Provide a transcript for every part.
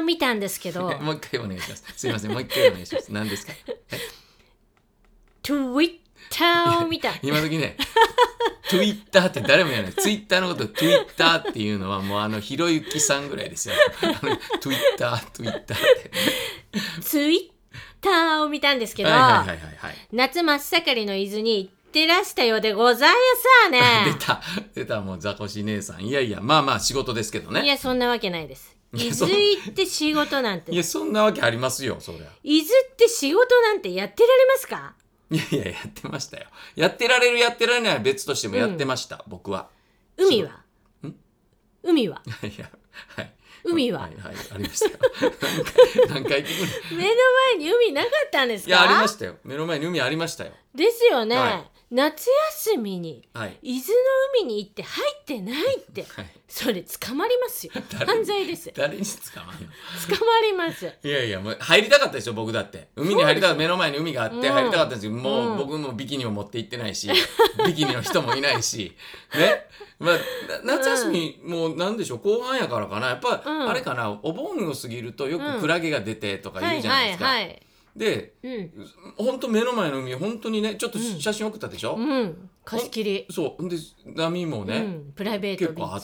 見たんですけどもう一回お願いします。すいません、もう一回お願いします。何ですか。 Twitter を見た。 今時ねTwitter って誰も言わない。Twitter のことを Twitter っていうのはもうひろゆきさんぐらいですよ。Twitter って Twitter を見たんですけど、夏真っ盛りの伊豆に行ってらしたようでございやさね。 出たもうザコシ姉さん。いやいや、まあまあ仕事ですけどね。 いや、そんなわけないです。伊豆行って仕事なんて。 いや、そんなわけありますよ、そりゃ。 伊豆って仕事なんてやってられますか？ いやいや、やってましたよ。やってられるやってられないは別としてもやってました、僕は。 海は？海は？ いや、はい。 海は？ はい、ありましたよ。何回言ってくる。 目の前に海なかったんですか？ いや、ありましたよ。目の前に海ありましたよ。 ですよね。 はい、 夏休みに、伊豆の海に行って入ってないって、それ捕まりますよ。犯罪です。 誰に捕まるの？ 捕まります。 いやいや、もう入りたかったでしょ、僕だって。海に入りたかった。目の前に海があって入りたかったんですけど、もう僕もビキニを持って行ってないし、ビキニの人もいないし、ね。まあ、夏休みもうなんでしょう、後半やからかな。やっぱ、あれかな、お盆を過ぎるとよくクラゲが出てとか言うじゃないですか。で、本当目の前の海、本当にね、ちょっと写真送ったでしょ。 貸し切り。 そうで、波もね、 プライベート結構あって、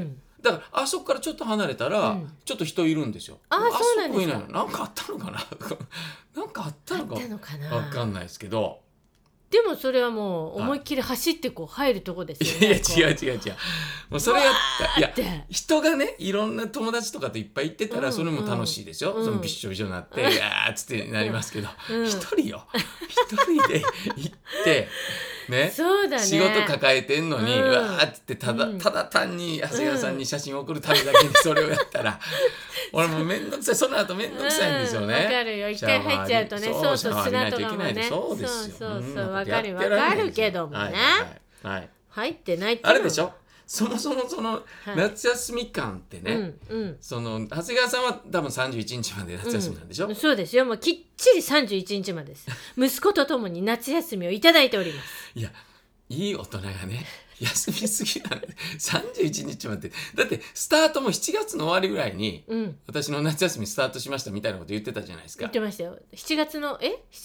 だからあそこからちょっと離れたら、ちょっと人いるんですよ。 あ、そうなんですか。 なんかあったのかな。なんかあったのかわかんないですけど。 でもそれはもう思いっきり走ってこう入るとこですよね。 いや違う。もうそれやったいや人がね、いろんな友達とかといっぱい行ってたらそれも楽しいですよ。そのびっしょびしょになっていやーっつってなりますけど、一人よ。一人で行ってね、 そうだね、 仕事抱えてんのに、うわーっつってただ単に長谷川さんに写真を送るためだけにそれをやったら、俺もうめんどくさい。その後めんどくさいんですよね。 わかるよ。一回入っちゃうとね、そう砂とかもね、そうわかるけどもね、入ってないってあれでしょ。そもそもその夏休み感ってね、その長谷川さんは多分31日まで夏休みなんでしょ。 そうですよ。もうきっちり31日までです。息子とともに夏休みをいただいております。 いや、いい大人がね、休みすぎなんで31日まで。だってスタートも7月の終わりぐらいに、私の夏休みスタートしましたみたいなこと言ってたじゃないですか。 言ってましたよ。7月の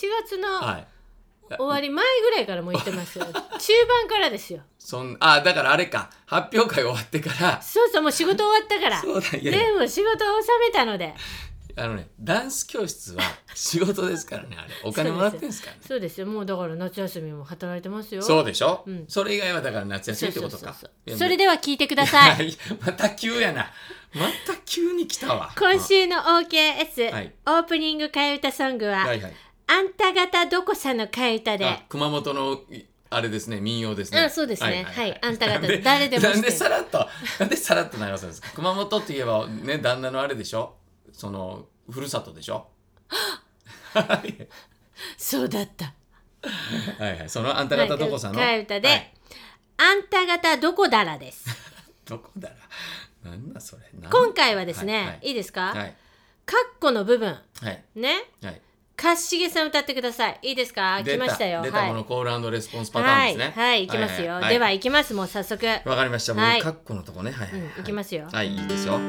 終わり前ぐらいからも言ってますよ。中盤からですよ。 だからあれか、発表会終わってから。 そうもう仕事終わったから。 そうだ、 でも仕事を収めたので。 ダンス教室は仕事ですからね。あれお金もらってんすからね。 そうですよ。もうだから夏休みも働いてますよ。 そうでしょ、それ以外はだから夏休みってことか。 それでは聞いてください。 また急やな。また急に来たわ。 今週の OKS、オープニング替え歌ソングは、あんた方どこさの替え歌で。 熊本のあれですね、民謡ですね。 そうですね。はい、あんた方誰でもなんでさらっとなりすんですか。熊本って言えばね、旦那のあれでしょ。そのふるさとでしょ。 そうだった。 そのあんた方どこさの替え歌で、あんた方どこだらです。 どこだら。なんだそれ。 今回はですね、いいですか。カッコの部分ね。かっしげさん歌ってください。いいですか。来ましたよ。 出たものコール&レスポンスパターンですね。 はい、行きますよ。では行きます。もう早速。 わかりました。もうカッコのとこね。 行きますよ。 はい、いいですよ。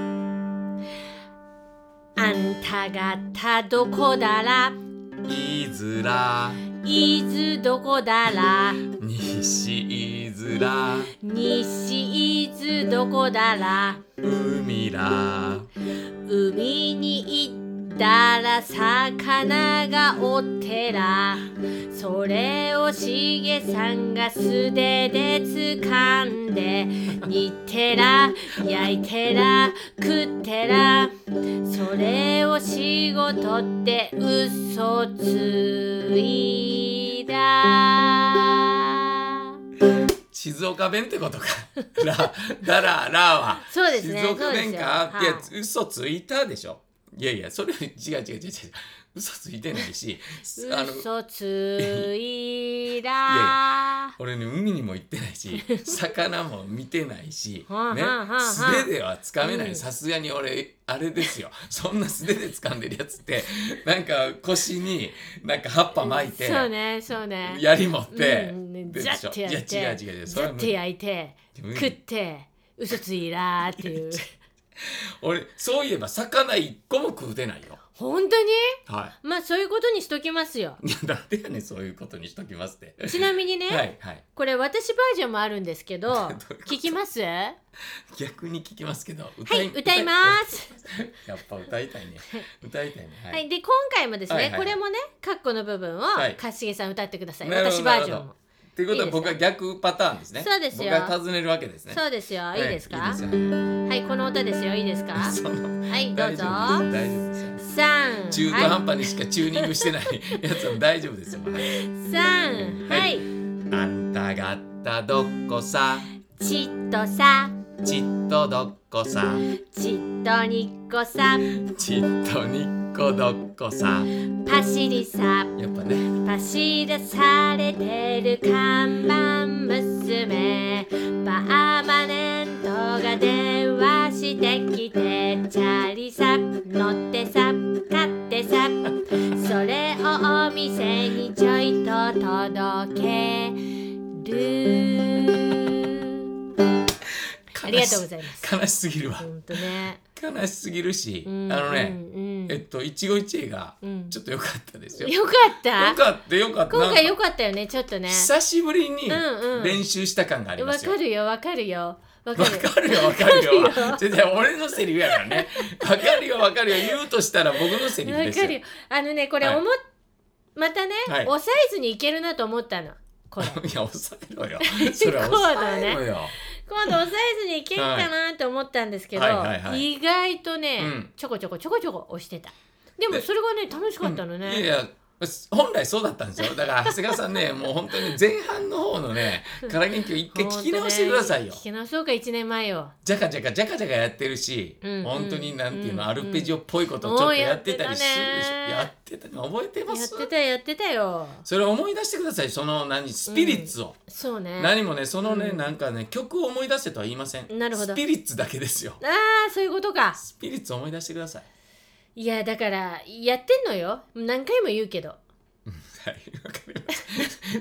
あんた方どこだら。 いずら。 いずどこだら。 西いずら。 西いずどこだら。 海ら。 海に行ったら魚がおってら。それをしげさんが素手で掴んで、煮てら焼いてら食ってら。それを仕事って嘘ついだ。 静岡弁ってことか。ラはそうですね。 静岡弁か。いや、嘘ついたでしょ。いやそれ違う嘘ついてないし、 嘘ついだ。 いや俺ね、海にも行ってないし魚も見てないしね、素手ではつかめない。さすがに俺あれですよ。そんな素手で掴んでるやつってなんか腰になんか葉っぱ巻いて、 そうね槍持ってジャッてやって、 違うジャッて焼いて食って嘘ついだっていう。 俺そういえば魚一個も食うてないよ。 本当に？ はまあそういうことにしときますよ。 い。いやなんでやねんそういうことにしときますって。 ちなみにね、 はいはい。 これ私バージョンもあるんですけど、 ういうこと聞きます？は逆に聞きますけど。 い、歌います。 やっぱ歌いたいね。歌いたいね。 はい、で今回もですね、 はいはいはいこれもね、カッコの部分をはいかしげさん歌ってください。 なるほど私バージョンも。 ということいいですかは僕は逆パターンですね。 そうですよ僕が尋ねるわけですね。 そうですよ。いいですか？ いいですよ。 はい、この歌ですよ。いいですか？ そのはい、どうぞ。 大丈夫ですよ。 3、 中途半端にしかチューニングしてないやつは大丈夫ですよ。 3、はい。 あんた方どこさ、 ちっとさ、 ちっとどこさ、 ちっとにっこさ、 ちっとにっこどこさ。 パシリさ、 やっぱね、 パシらされてる看板娘、パーマネントが電話してきて、チャリさ、乗ってさ、買ってさ、それをお店にちょいと届ける。ありがとうございます。 悲しすぎるわ。 ほんとね。 悲しすぎるし、 うん一期一会がうんちょっと良かったですよ。 よかったよかったよかった。 今回なんかよかったよね、ちょっとね。 久しぶりにうんうん練習した感がありますよ。 わかるよ、わかるよ。わかわる。 かるよわかるよ。 わかるよ全然俺のセリフやからね。わかるよわかるよ言うとしたら僕のセリフですよ。 わかるよ。これ、 はいまたね、 はい抑えずにいけるなと思ったの。これ。 いや抑えろよ。それは抑えろよ。 今度抑えずにいけるかなと思ったんですけど、 はいはいはい意外とね、 うんちょこちょこ押してた。でもそれがね、楽しかったのね。 いやいや本来そうだったんですよ。だから長谷川さんねもう本当に前半の方のねから元気を一回聞き直してくださいよ。 聞き直そうか、1年前よ。 ジャカジャカやってるし、 うん本当になんていうの、 うんアルペジオっぽいことをちょっとやってたりするでしょ。やってたの覚えてます？ やってたよ。 それを思い出してください。そのスピリッツを、 そうね。 何もねそのね、なんかね曲を思い出せとは言いません。 なるほどスピリッツだけですよ。 ああ、そういうことか。 スピリッツを思い出してください。 いや、だからやってんのよ、何回も言うけど。 はい、わかります。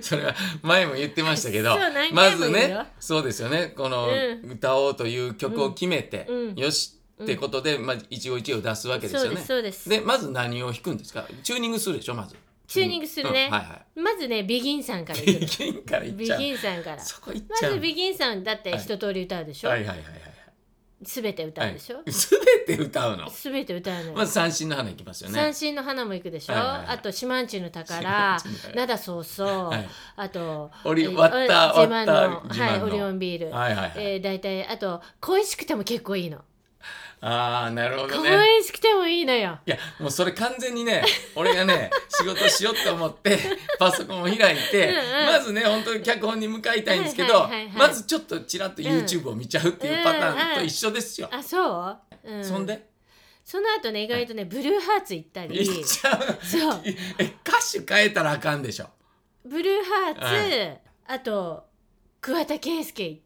それは前も言ってましたけど、 そう何まず回も言うよね、そうですよね。この、歌おうという曲を決めて、よしってことで、一期一会を出すわけですよね。 そうです。 で、まず何を弾くんですか？チューニングするでしょ、まず。 チューニングするね。 はいはい。 まずね、ビギンさんからビいくの。 ギンからいっちゃう。 ビギンさんから。 そこいっちゃう。 まずビギンさんだって一通り歌うでしょ。 はいはいはいはい。 すべて歌うでしょ。 すべて歌うの。 すべて歌うのよ。 まず三振の花いきますよね。 三振の花も行くでしょ。 はいはいはいあと島んちの宝、灘そうそう、 はいあと割った自慢の自慢のオリオンビール。 はいはいはい。 だいたいあと恋しくても結構いいの。 ああ、なるほどね。 恋しくてもいいのよ。 いやもうそれ完全にね俺がね仕事しようと思ってパソコンを開いてまずね本当に脚本に向かいたいんですけど、まずちょっとちらっと YouTube を見ちゃうっていうパターンと一緒ですよ。 あ、そう、 そんでその後ね、意外とね、ブルーハーツ行ったり。 いっちゃう。 そう歌手変えたらあかんでしょ。 ブルーハーツ、あと桑田佳祐行って、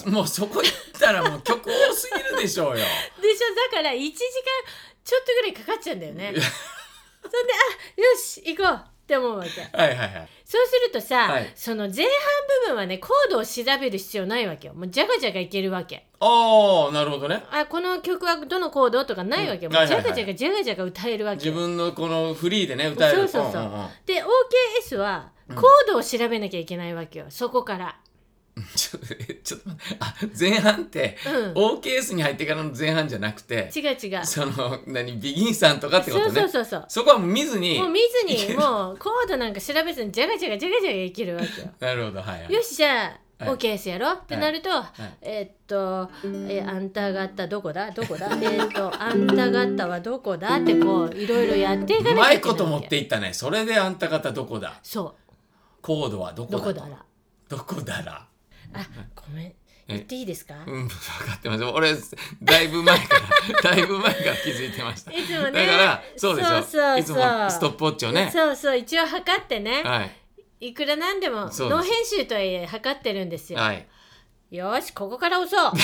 もうそこ行ったらもう曲多すぎるでしょうよ。 でしょ。だから1時間ちょっとぐらいかかっちゃうんだよね。そんで、よし行こうって思うわけ。 はいはいはい。 そうするとさ、 はいその前半部分はね、コードを調べる必要ないわけよ。もうジャガジャガいけるわけ。 ああ、なるほどね。 あ、この曲はどのコードとかないわけよ。もうジャガジャガ歌えるわけ。 自分のこのフリーでね歌える。 そう。で OKS はコードを調べなきゃいけないわけよ。そこから。 ちょっと待って。あ、前半って、OKS に入ってからの前半じゃなくて、 違う。 そのビギンさんとかってことね。 そう。 そこはもう見ずに。 もう見ずに、もうコードなんか調べずにジャガジャガいけるわけよ。 なるほど、はい。 よし、じゃあ、 はい OKS やろってなると、あんた方どこだあんた方はどこだってこういろいろやっていかなきゃいけない。 うまいこと持っていったね。それであんた方どこだ。 そう。 コードはどこだ。 どこだら。あ、ごめん。言っていいですか？ 分かってます。俺だいぶ前から気づいてました。 いつもね。 だからそうでしょ。 そういつもストップウォッチをね。 そう一応測ってね。 はい。 いくらなんでもノー編集とはいえ測ってるんですよ。 はい。 よし、ここから押そう。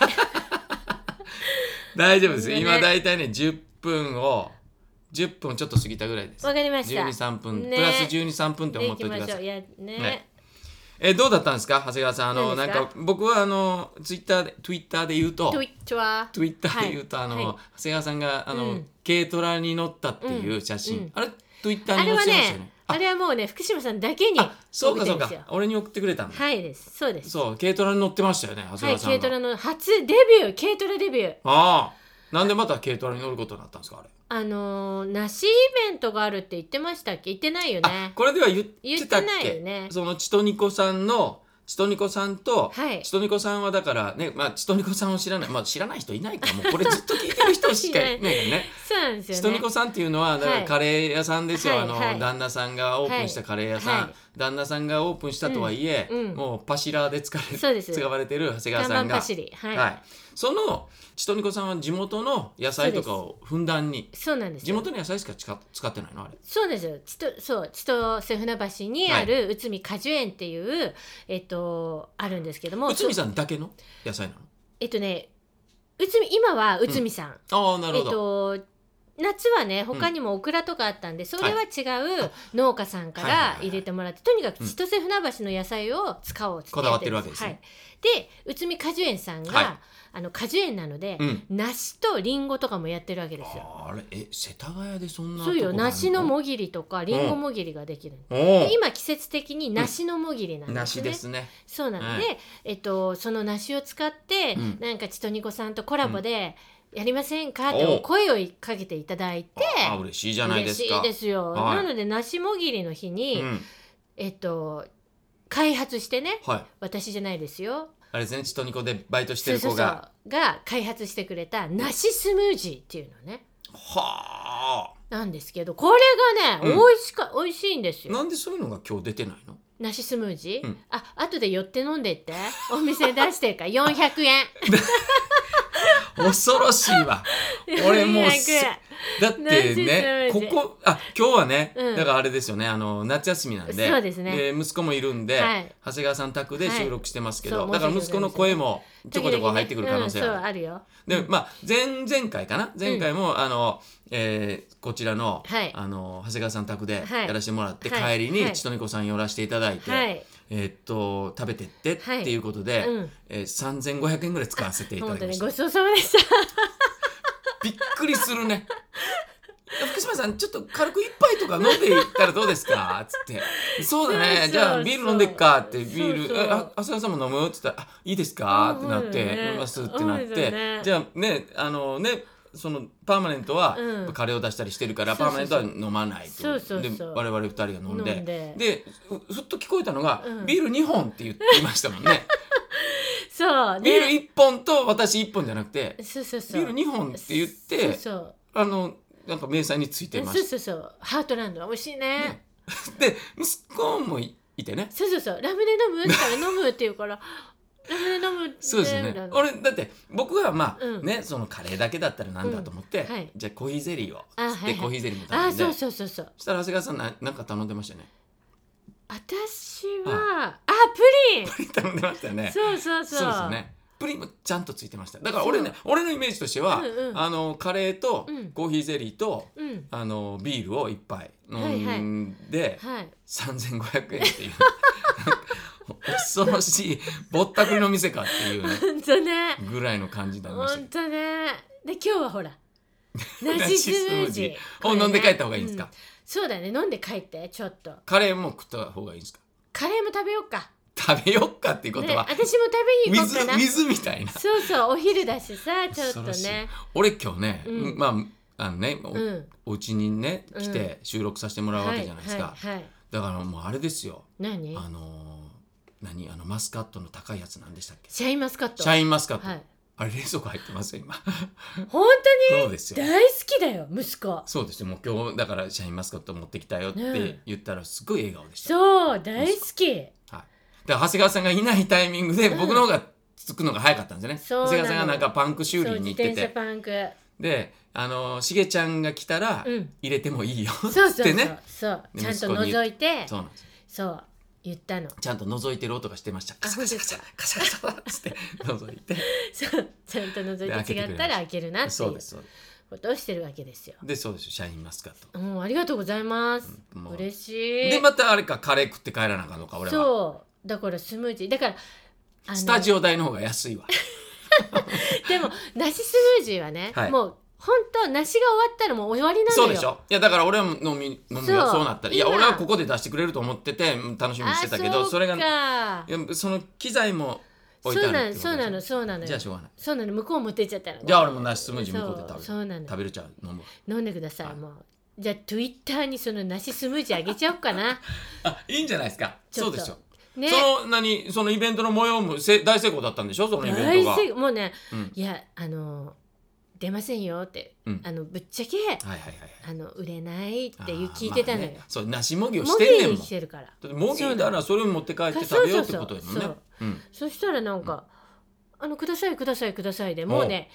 大丈夫です。今だいたいね10分をちょっと過ぎたぐらいです。 わかりました。 12、3分、プラス12、3分って思っておいてください。 いやね。 はいどうだったんですか長谷川さん。 何ですかなんか僕はツイッターで言うと、 ツイッターツイッターで言うと、 はい長谷川さんがうん軽トラに乗ったっていう写真、 うんあれツイッターあれはに載せましたよね。 ねあれはもうね福島さんだけにそうかそうか送ってるんですよ。 俺に送ってくれたんだ。 はいですそうです。 そう軽トラに乗ってましたよね長谷はい川さんが。 軽トラの初デビュー軽トラデビュー。 ああなんでまた軽トラに乗ることになったんですかあれ。 梨イベントがあるって言ってましたっけ？言ってないよあね。 これでは言ってたっ言ってないけ、 よねそのちとにこさんのちとにこさんと、 はいちとにこさんはだからね、まあ、ちとにこさんを知らない、まあ、知らない人いないかもうこれずっと聞いてる人しかいないからねそうなんですよね。 ちとにこさんっていうのはだからはいカレー屋さんですよ、 はい旦那さんがオープンしたカレー屋さん、 はい旦那さんがオープンしたとはいえ、 うんもうパシラでそうです使われてる長谷川看さんが板走りはいそのちとにこさんは地元の野菜とかをふんだんにそうなんですよ。 地元の野菜しか使ってないのあれ。 そうですよ。千歳船橋にある内海果樹園っていうあるんですけども、 内海さんだけの野菜なの。 今は内海さん。 ああなるほど、 夏はね他にもオクラとかあったんで、それは違う農家さんから入れてもらって、とにかく千歳船橋の野菜を使おうってこだわってるわけですね。 はい、で内海果樹園さんが、 はい果樹園なので、梨とリンゴとかもやってるわけですよ。 あれ世田谷でそんなそうよ、 とこがある梨のもぎりとかリンゴもぎりができる、 おで今季節的に梨のもぎりなんですね。 梨ですね。 そうなんで、その梨を使って、なんかちとにこさんとコラボでやりませんかってお声をかけていただいて、 嬉しいじゃないですか。 嬉しいですよ、 はいなので梨もぎりの日に、開発してね、 はい、 私じゃないですよ、 あれですねちとにこでバイトしてる子がが開発してくれた梨スムージーっていうのねはなんですけど、これがね、美味しいんですよ。 なんでそういうのが今日出てないの。 梨スムージー、 うん後で寄って飲んでってお店で出してるから400円恐ろしいわ俺もう 400 だってね梨スムージー今日はね、 うんだからあれですよね夏休みなんで、 そうですね息子もいるんで、 はい長谷川さん宅で収録してますけど、 はいそうだから息子の声もちょこちょこ入ってくる可能性そうある。 あるよ。 でまあ前回かな前回も、こちらの、 はい長谷川さん宅ではいやらせてもらって、 はい帰りにはいちとにこさん寄らせていただいて、 はい食べてってっていうことで、 うん 3500円ぐらい使わせていただきました。 本当にごちそうさまでしたびっくりするね。福島さんちょっと軽く一杯とか飲んでいったらどうですかつってそうだねそうじゃあビール飲んでっかってビールそうそう長谷川さんも飲むっつったらいいですかってなって飲みますってなっそうですてよねじゃあねそのパーマネントはうんカレーを出したりしてるからそうそうそうパーマネントは飲まないとそうそうそうで我々二人が飲んで飲んででふっと聞こえたのがうんビール2本って言ってましたもんねそうビールね 1本と私1本じゃなくてそうそうそうビール2本って言ってそうなんか明細についてそうましそうそうそうハートランド美味しいねたで息子もいてねそうそうそうラムネ飲むって言ったら飲むって言うからラムネ飲むってそうですねみたいな俺だって僕はまあ、 うんねそのカレーだけだったらなんだと思って、 うんはいじゃあコーヒーゼリーをあはいはいでコーヒーゼリーも頼んでそうそうそうそうそしたら長谷川さんなんか頼んでましたよね私はプリン頼んでましたよねそうそうそうそうですよねプリンもちゃんとついてましただから俺のイメージとしては、 うんうんカレーとうんコーヒーゼリーと、 うんビールを一杯飲んで、 はい 3500円っていう恐ろしいぼったくりの店かっていうね本当ねぐらいの感じになりましたけど本当ねで今日はほら梨スムージーを飲んで帰った方がいいんですか、 そうだね飲んで帰ってちょっとカレーも食った方がいいんですかカレーも食べようか食べよっかっていうことねは、 私も食べに行こうかな水みたいなそうそうお昼だしさちょっと恐ろしいね俺今日ね、 うんまあうんお家にね来て収録させてもらうわけじゃないですか、 はいはいはいだからもうあれですよ何マスカットの高いやつなんでしたっけシャインマスカットシャインマスカット、 はいあれ冷蔵庫入ってますよ今本当にそうですよ大好きだよ息子そうですよもう今日だからシャインマスカット持ってきたよって言ったらすごい笑顔でした、 そう大好きはい、だから長谷川さんがいないタイミングで僕の方が着くのが早かったんですよね、 そうなの長谷川さんがなんかパンク修そう理に自転車行っててパンクでしげちゃんが来たらうん入れてもいいよそうそうそうってねそうでちゃんと息子に覗いてそうなんですそう言ったのちゃんと覗いてる音がしてましたカサカサカサカサカサっつって覗いてそうちゃんと覗いて違ったら開けるなっていそううですそうですことをしてるわけですよ。 でそうですシャインマスカットありがとうございます。 もう嬉しい。 でまたあれかカレー食って帰らなあかんのか俺はそだからスムージーだからスタジオ代の方が安いわでも梨スムージーはね、 はい、 もう本当梨が終わったらもう終わりなのよ。 そうでしょ。いやだから俺は飲みそうなったら、いや俺はここで出してくれると思ってて楽しみにしてたけど、それがいやその機材も置いてあるってことでしょ。 そうなのよ。 じゃあしょうがない。 そうなの、向こう持ってっちゃったら、 じゃあ俺も梨スムージー向こうで食べる。 そうなの。 食べるちゃう飲んでください、はい、もうじゃあ Twitter にその梨スムージーあげちゃおうかなあ、いいんじゃないですか。そうですよ、 ね、 そのイベントの模様も大成功だったんでしょ、そのイベントが。 もうね、いや出ませんよって、ぶっちゃけ、売れないって聞いてたのよ、ね、 そう梨もぎをしてんねんもん。 してるから。 もぎだらそれを持って帰って食べようってことですもんね。 そしたらなんか、くださいでもうね、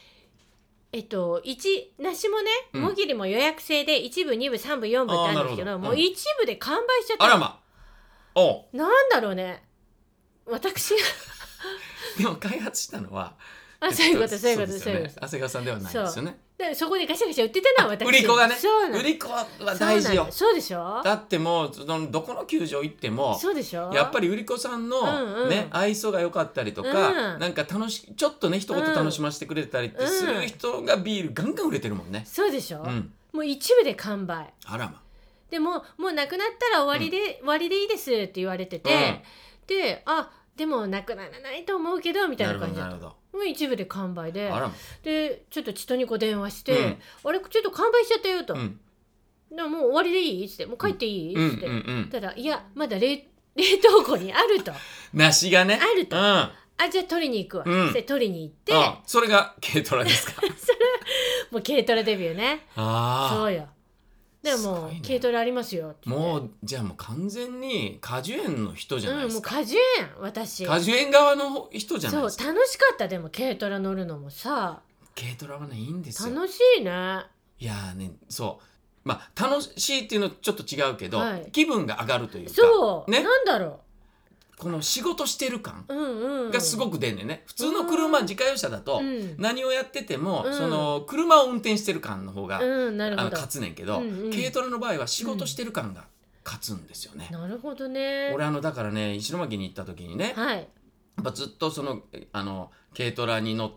梨もね、もぎりも予約制で1部2部3部4部ってあるんですけど、もう1部で完売しちゃった。 あらま。 なんだろうね、私がでも開発したのはそういうこと。 長谷川さんではないですよね。 そこでガシャガシャ売ってたのは私。 売り子がね、売り子は大事よ。 そうでしょ。 だってもうどこの球場行っても、 そうでしょ。 やっぱり売り子さんのね、愛想が良かったりとか、なんかちょっとね一言楽しませてくれたりってする人がビールガンガン売れてるもんね。 そうでしょ。もう一部で完売。 あらま。 でもうなくなったら終わりでいいですって言われてて、ででもなくならないと思うけどみたいな感じだった。もう一部で完売で、でちょっとチトニコ電話して、あれちょっと完売しちゃったよと、でももう終わりでいいって、もう帰っていいって、ただいやまだ冷凍庫にあると梨がねあると、じゃあ取りに行くわ、で取りに行って、 それが軽トラですか。 それもう軽トラデビューね。そうよ。でも軽トラありますよって。 もうじゃあもう完全に果樹園の人じゃないですか。 もう果樹園、私果樹園側の人じゃないですか。 そう、楽しかった。でも軽トラ乗るのもさ、 軽トラはねいいんですよ。 楽しいね。 いやね、そう楽しいっていうのちょっと違うけど、気分が上がるというか、 そうね、なんだろう、 この仕事してる感がすごく出んねんね。普通の車、自家用車だと何をやってても、その車を運転してる感の方が勝つねんけど、軽トラの場合は仕事してる感が勝つんですよね。 なるほどね。 俺だからね、石巻に行った時にね、やっぱずっとその軽トラに乗って、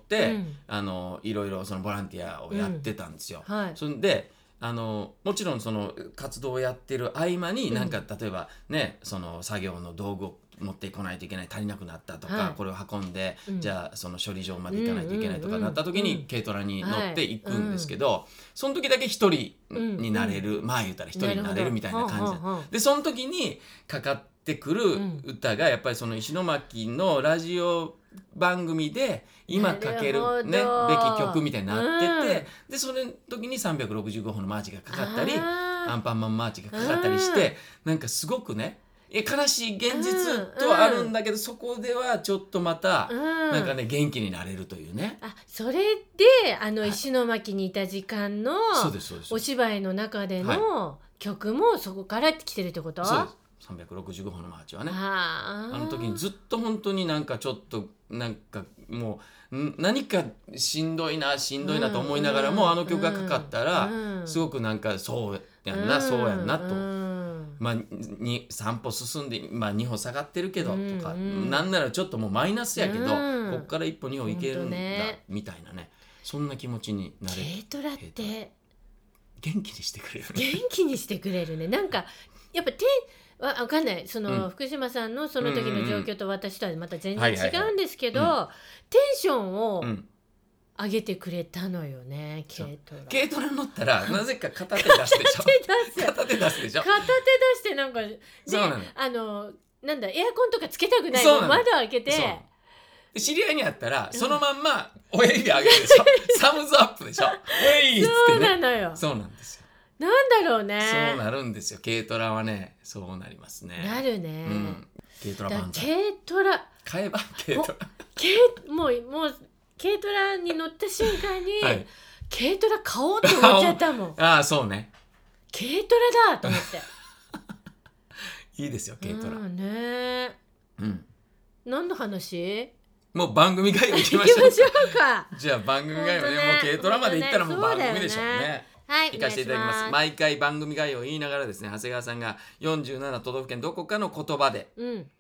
いろいろそのボランティアをやってたんですよ。そんでもちろんその活動をやってる合間になんか例えばね、その作業の道具を持ってこないといけない、足りなくなったとか、これを運んで、じゃあその処理場まで行かないといけないとかなった時に軽トラに乗って行くんですけど、その時だけ一人になれる、言うたら一人になれるみたいな感じで、その時にかかってくる歌がやっぱりその石巻のラジオ番組で今かけるねべき曲みたいになってて、でそれの時に365本のマーチがかかったり、アンパンマンマーチがかかったりして、なんかすごくね悲しい現実とはあるんだけど、そこではちょっとまたなんかね元気になれるというね。 それで石巻にいた時間のお芝居の中での曲もそこから来てるってこと？ そうです。365本のマーチはね、時にずっと本当になんかちょっとなんかもう何かしんどいなと思いながらも、曲がかかったらすごくなんかそうやんなと、3歩進んで、2歩下がってるけどとか、なんならちょっともうマイナスやけど、こっから1歩2歩いけるんだみたいなね、そんな気持ちになれる。 軽トラって元気にしてくれるね。 元気にしてくれるね。なんかやっぱわかんない、その福島さんのその時の状況と私とはまた全然違うんですけど、テンションを上げてくれたのよね、 軽トラ乗ったらなぜか片手出すでしょ。片手出してなんかでなんだ、エアコンとかつけたくないの、窓開けて、 知り合いに会ったらそのまんま親指上げるでしょ。サムズアップでしょ。いいっつってね。 そうなのよ。 そうなんですよ。 なんだろうね。 そうなるんですよ。軽トラはね、そうなりますね。 なるね。 軽トラ万歳。 軽トラ。 買えば軽トラ。 もう軽トラに乗った瞬間に、軽トラ買おうって思っちゃったもん。そうね。軽トラだと思って。 いいですよ軽トラ。 ね。何の話？ もう番組概要いきましょうか。 じゃあ番組概要ね、もう軽トラまで行ったらもう番組でしょうね。行かせていただきます。毎回番組概要を言いながらですね、長谷川さんが47都道府県どこかの言葉で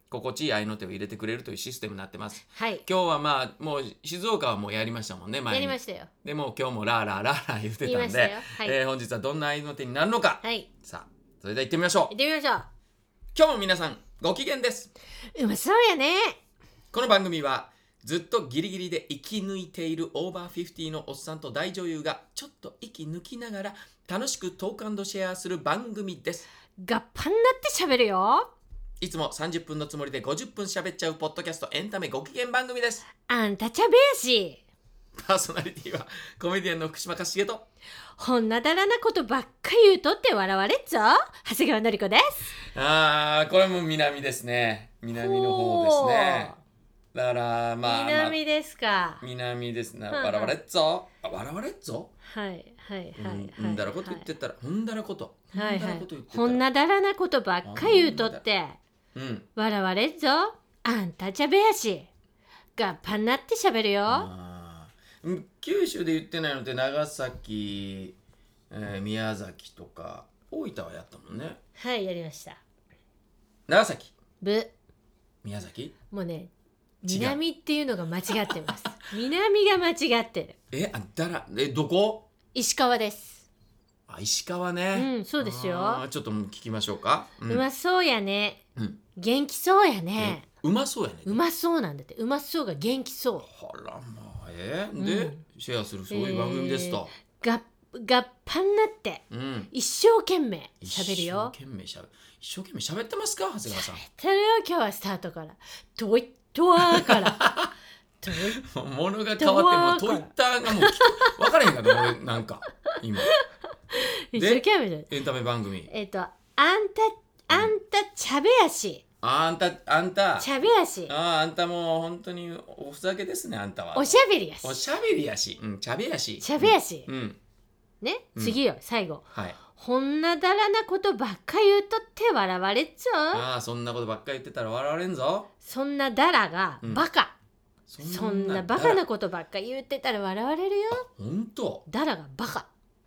心地いい合いの手を入れてくれるというシステムになってます。 はい今日はまあもう静岡はもうやりましたもんね、前に。 やりましたよ。 でもう今日もラーラーラーラー言ってたん言いましたよで、 はい本日はどんな合いの手になるのか、 はいさあそれでは行ってみましょう。 行ってみましょう。 今日も皆さんご機嫌です。 うまそうやね。 この番組はずっとギリギリで生き抜いているオーバー50のおっさんと大女優がちょっと息抜きながら楽しくトーク&シェアする番組です。 ガッパンなって喋るよ。 いつも30分のつもりで50分喋っちゃうポッドキャストエンタメご機嫌番組です。 あんたちゃべやし。 パーソナリティはコメディアンの福島かしげと、 ほんなだらなことばっか言うとって笑われっぞ。長谷川のり子です。 これも南ですね。南の方ですね。だから南ですか。 南ですね。 うんうん笑われっぞ。笑われっぞ。 はいはいはいほんだらこと言ってたら、ほんだらこと。 はいはいほんだらこと言ってたら。 ほんなだらなことばっか言うとってうん。 笑われっぞ。あんたちゃべやし。ガッパンなって喋るよ。 九州で言ってないのって長崎、宮崎とか大分はやったもんね。 はいやりました。 長崎、 ぶ宮崎。 もうね違う南っていうのが間違ってます。南が間違ってる。 どこ？ 石川です。 石川ね。 うんそうですよ。 ちょっと聞きましょうか。 うまそうやね。 うん元気そうやね。 うまそうやね。 うまそうなんだって。うまそうが元気そう。 あらまあで、シェアするそういう番組ですと。 ガッパンなって一生懸命喋るよ。 一生懸命喋ってますか、長谷川さん。 てるよ今日はスタートから。トイトワーから。 物が変わってもトイッターがもう分からへんかった俺なんか今。 一生懸命エンタメ番組。 あんたちゃべやし。 あんたちゃべやし。 あんたもう本当におふざけですね、あんたは。 おしゃべりやし。 おしゃべりやし。ちゃべやし。 ちゃべやし。ね、 うん次よ最後。 はい。 ほんなだらなことばっか言うとって笑われっぞ。 そんなことばっかり言ってたら笑われんぞ。 そんなだらがバカ。そんなバカなこことばっか言ってたら笑われるよ。 ほんと。 だらがバカ。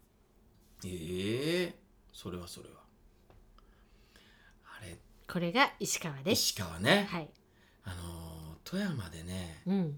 それはあれ、 これが石川です。 石川ね。 はい。 富山でね、 富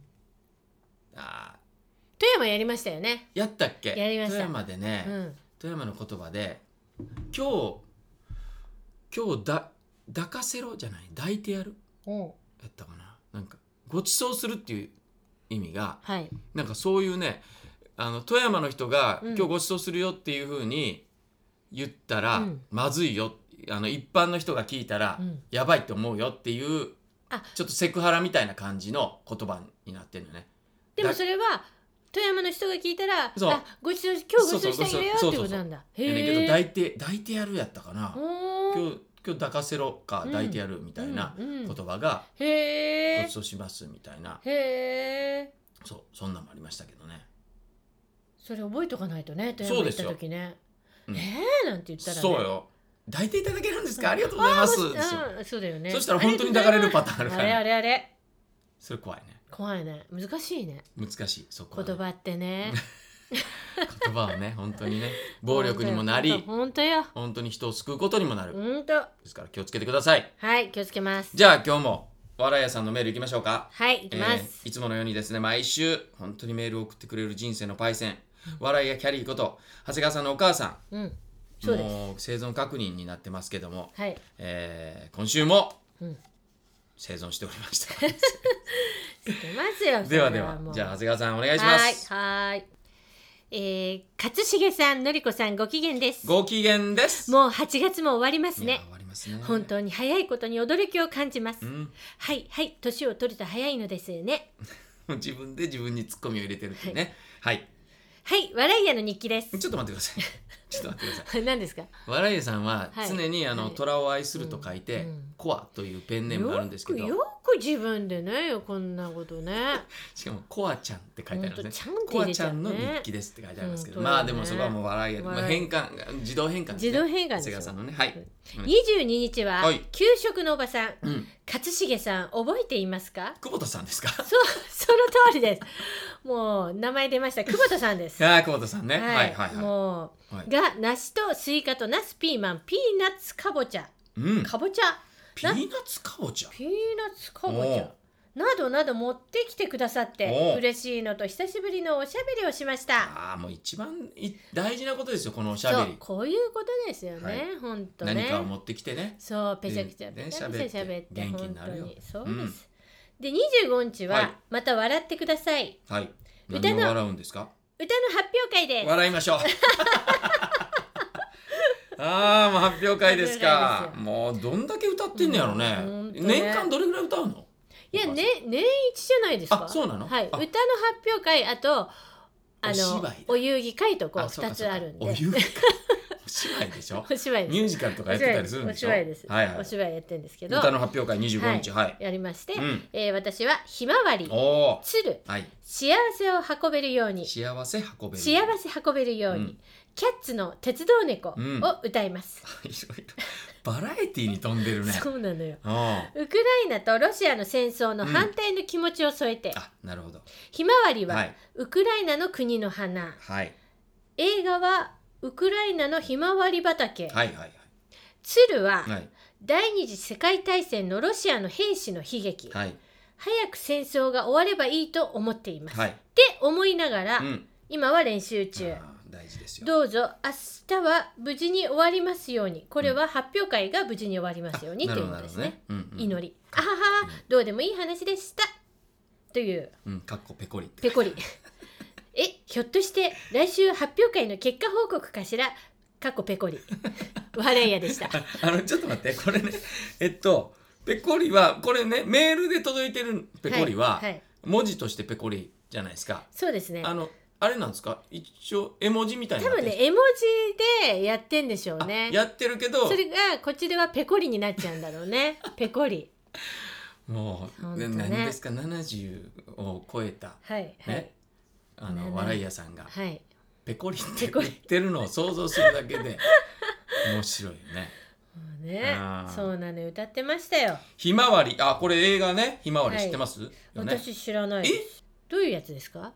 山やりましたよね。 やったっけ？ やりました。 富山でね、富山の言葉で今日抱かせろじゃない、抱いてやるやったかな。なんかご馳走するっていう意味が、なんかそういうね、富山の人が今日ご馳走するよっていう風に言ったら、まずいよ、一般の人が聞いたら、やばいって思うよっていうちょっとセクハラみたいな感じの言葉になってるのね。 でもそれは富山の人が聞いたら、今日ご馳走してあげるよってことなんだ。 けど抱いてやるやったかな。今日抱かせろか抱いてやるみたいな言葉がご馳走しますみたいな。そんなんもありましたけどね。それ覚えとかないとね、富山行った時ね。なんて言ったらね。 そうよ。抱いていただけるんですか、ありがとうございます。 そうだよね。 そしたら本当に抱かれるパターンあるから。 あれ。 それ怖いね。 怖いね。難しいね。 難しい。そこはね。 言葉ってね。 言葉はね、本当にね、暴力にもなり、 本当よ。 本当に人を救うことにもなる。 本当。 ですから気をつけてください。 はい、気をつけます。 じゃあ今日も笑い屋さんのメールいきましょうか。 はい、いきます。 いつものようにですね、毎週本当にメールを送ってくれる人生のパイセン、笑い屋キャリーこと長谷川さんのお母さん。 そうです。 もう生存確認になってますけども、今週も生存しておりました。 してますよ。 ではじゃあ長谷川さんお願いします。 はい。勝重さん、のりこさん、ご機嫌です。 ご機嫌です。 もう8月も終わりますね。 終わりますね。 本当に早いことに驚きを感じます。はい、年を取ると早いのですよね。 自分で自分にツッコミを入れてるってね。はい。 笑い屋の日記です。 ちょっと待ってください。 何ですか。 笑い屋さんは常に虎を愛すると書いてコアというペンネームがあるんですけど、 よく自分でねよこんなことね。 しかもコアちゃんって書いてあるんですね。 コアちゃんの日記ですって書いてありますけど、まあでもそこはもう笑い屋で自動変換ですね。 自動変換です。 長谷川さんのね。はい。 22日は給食のおばさん、勝重さん覚えていますか。 久保田さんですか。 その通りです。もう名前出ました。久保田さんです。 久保田さんね。 もうが梨とスイカとナスピーマンピーナッツかぼちゃ、かぼちゃピーナッツかぼちゃ、 ピーナッツかぼちゃなどなど持ってきてくださって嬉しいのと久しぶりのおしゃべりをしました。 もう一番大事なことですよ、このおしゃべり。 そうこういうことですよね、ほんとね。 何かを持ってきてね、 そうペチャペチャペチャペチャ喋って元気になるよ。 そうです、で25日はまた笑ってください。 はい、何を笑うんですか？ 歌の発表会です。 笑いましょうもう発表会ですか。もうどんだけ歌ってんのやろね、年間どれぐらい歌うの？いや、 年一じゃないですか。 そうなの？ はい、歌の発表会、あとお遊戯会と2つあるんで。 お遊戯会お芝居でしょ。 お芝居です。 ミュージカルとかやってたりするんでしょ。 お芝居です。お芝居やってるんですけど、 歌の発表会25日、 やりまして、私はひまわり、鶴、幸せを運べるように、 幸せ運べるように、キャッツの鉄道猫を歌います。 いろいろバラエティに富んでるね。 そうなのよ。ウクライナとロシアの戦争の反対の気持ちを添えて、 なるほど。 ひまわりはウクライナの国の花、映画はウクライナのひまわり畑、鶴は第二次世界大戦のロシアの兵士の悲劇、早く戦争が終わればいいと思っています、って思いながら、今は練習中。 大事ですよ。 どうぞ明日は無事に終わりますように。これは発表会が無事に終わりますようにということですね。祈り。どうでもいい話でしたという。 かっこペコリ。 ペコリ。ひょっとして来週発表会の結果報告かしら。かっこペコリ。笑い屋でした。 ちょっと待って、これね、ペコリはこれね、メールで届いてるペコリは、文字としてペコリじゃないですか。 そうですね。 あれなんですか？一応絵文字みたいな。 多分ね、絵文字でやってんでしょうね。 やってるけど、 それがこっちではペコリになっちゃうんだろうね。ペコリ。 もう、何ですか、70を超えた、笑い屋さんが、ペコリって言ってるのを想像するだけで面白いよね。 そうなの、歌ってましたよ。 ひまわり、これ映画ね、ひまわり知ってます？ 私知らないです。どういうやつですか？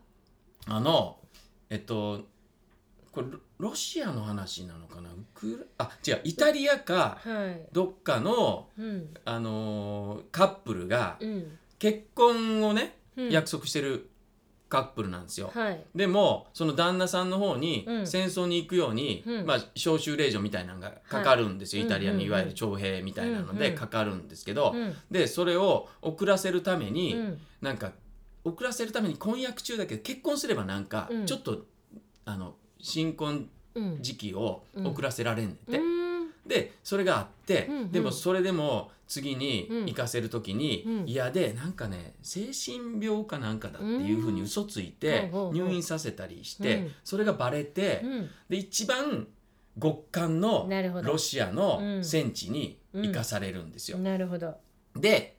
これロシアの話なのかな、違う、イタリアか、どっかの、カップルが、結婚をね、約束してるカップルなんですよ、でもその旦那さんの方に戦争に行くように、招集令状みたいなのがかかるんですよ、イタリアのいわゆる徴兵みたいなのでかかるんですけど、でそれを遅らせるために、遅らせるために婚約中だけど結婚すればちょっと新婚時期を遅らせられんねんって、でそれがあって、でもそれでも次に行かせる時に嫌で、精神病かなんかだっていうふうに嘘ついて入院させたりして、それがバレて、で一番極寒のロシアの戦地に行かされるんですよ。で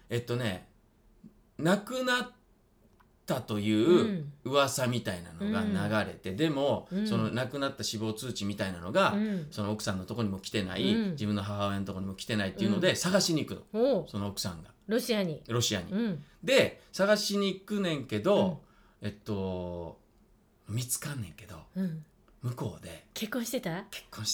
亡くなったという噂みたいなのが流れて、でもその亡くなった死亡通知みたいなのがその奥さんのとこにも来てない、自分の母親のとこにも来てないっていうので探しに行くの、その奥さんがロシアに、で探しに行くねんけど、見つかんねんけど、向こうで結婚してたね。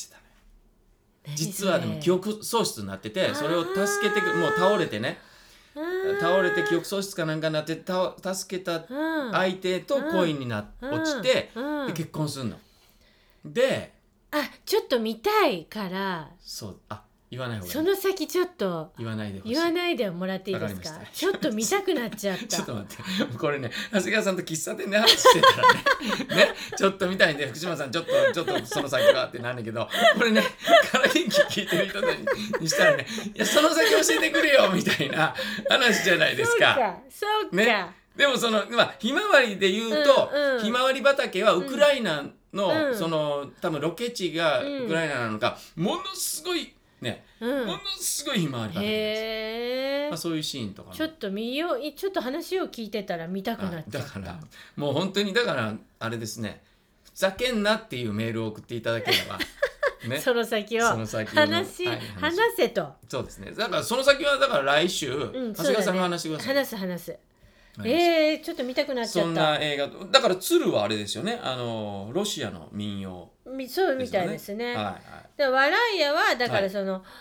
実はでも記憶喪失になってて、それを助けてもう倒れて記憶喪失かなんかになって助けた相手と恋に落ちて、で結婚するので、 ちょっと見たいから、 言わない方がいい。 その先ちょっと言わないでもらっていいですか？ちょっと見たくなっちゃった。 ちょっと待って、これね、長谷川さんと喫茶店で話してたらねちょっと見たいんで、福島さんちょっとその先はってなんだけど、これね、から元気聞いてる人にしたらね、いやその先教えてくれよみたいな話じゃないですか。 そうか、 ね、でもひまわりで言うと、ひまわり畑はウクライナの、多分ロケ地がウクライナなのか、ものすごいね、ものすごいひまわり畑、そういうシーンとかちょっと見よう、ちょっと話を聞いてたら見たくなっちゃった。 だからもう本当に、だからあれですね、ふざけんなっていうメールを送っていただければその先を話せと。 そうですね。だからその先は来週、長谷川さんが話してください。 話す。ちょっと見たくなっちゃった。 そんな映画だから、鶴はあれですよね、ロシアの民謡、 そうみたいですね。で笑い屋はだから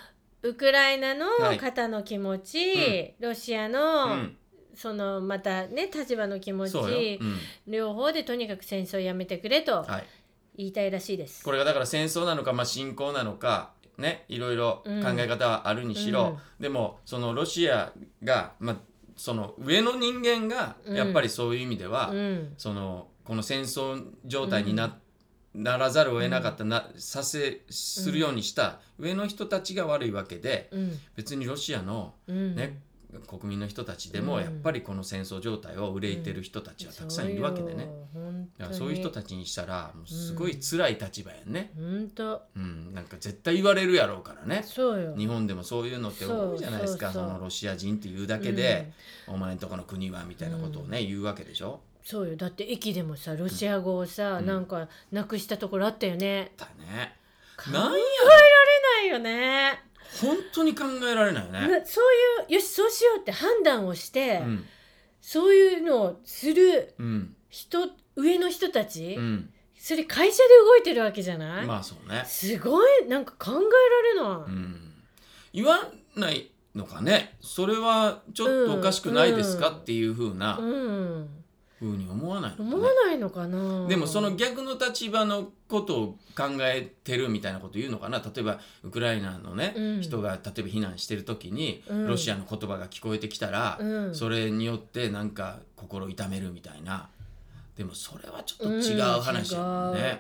ウクライナのはい方の気持ち、ロシアの、 うんそのまたね立場の気持そうよ、 ち、 うん両方でとにかく戦争やめてくれとはい、 言いたいらしいです。 これがだから戦争なのか、侵攻なのかね、いろいろ考え方はあるにしろ、でもそのロシアが、その上の人間がやっぱりそういう意味では、そのこの戦争状態にならざるを得なかった、するようにした上の人たちが悪いわけで、別にロシアのね、国民の人たちでもやっぱりこの戦争状態を憂いてる人たちはたくさんいるわけでね、だからそういう人たちにしたらもうすごい辛い立場やね、なんか絶対言われるやろうからね。 そうよ。 日本でもそういうのって多いじゃないですか。そのロシア人っていうだけで、お前んとこの国はみたいなことをね、言うわけでしょ。 そうよ。だって駅でもさロシア語をさ、なんかなくしたところあったよね。 だね。 考えられないよね。 本当に考えられないよね。 そういうよしそうしようって判断をして、そういうのをする人、上の人たち、それ会社で動いてるわけじゃない？ まあそうね。 すごいなんか考えられない。 言わないのかね。それはちょっとおかしくないですかっていう風な風に思わないのかね。 思わないのかな。 でもその逆の立場のことを考えてるみたいなこと言うのかな。例えばウクライナのね、人が例えば避難してる時に、ロシアの言葉が聞こえてきたら、それによってなんか心痛めるみたいな。でもそれはちょっと違う話だよね。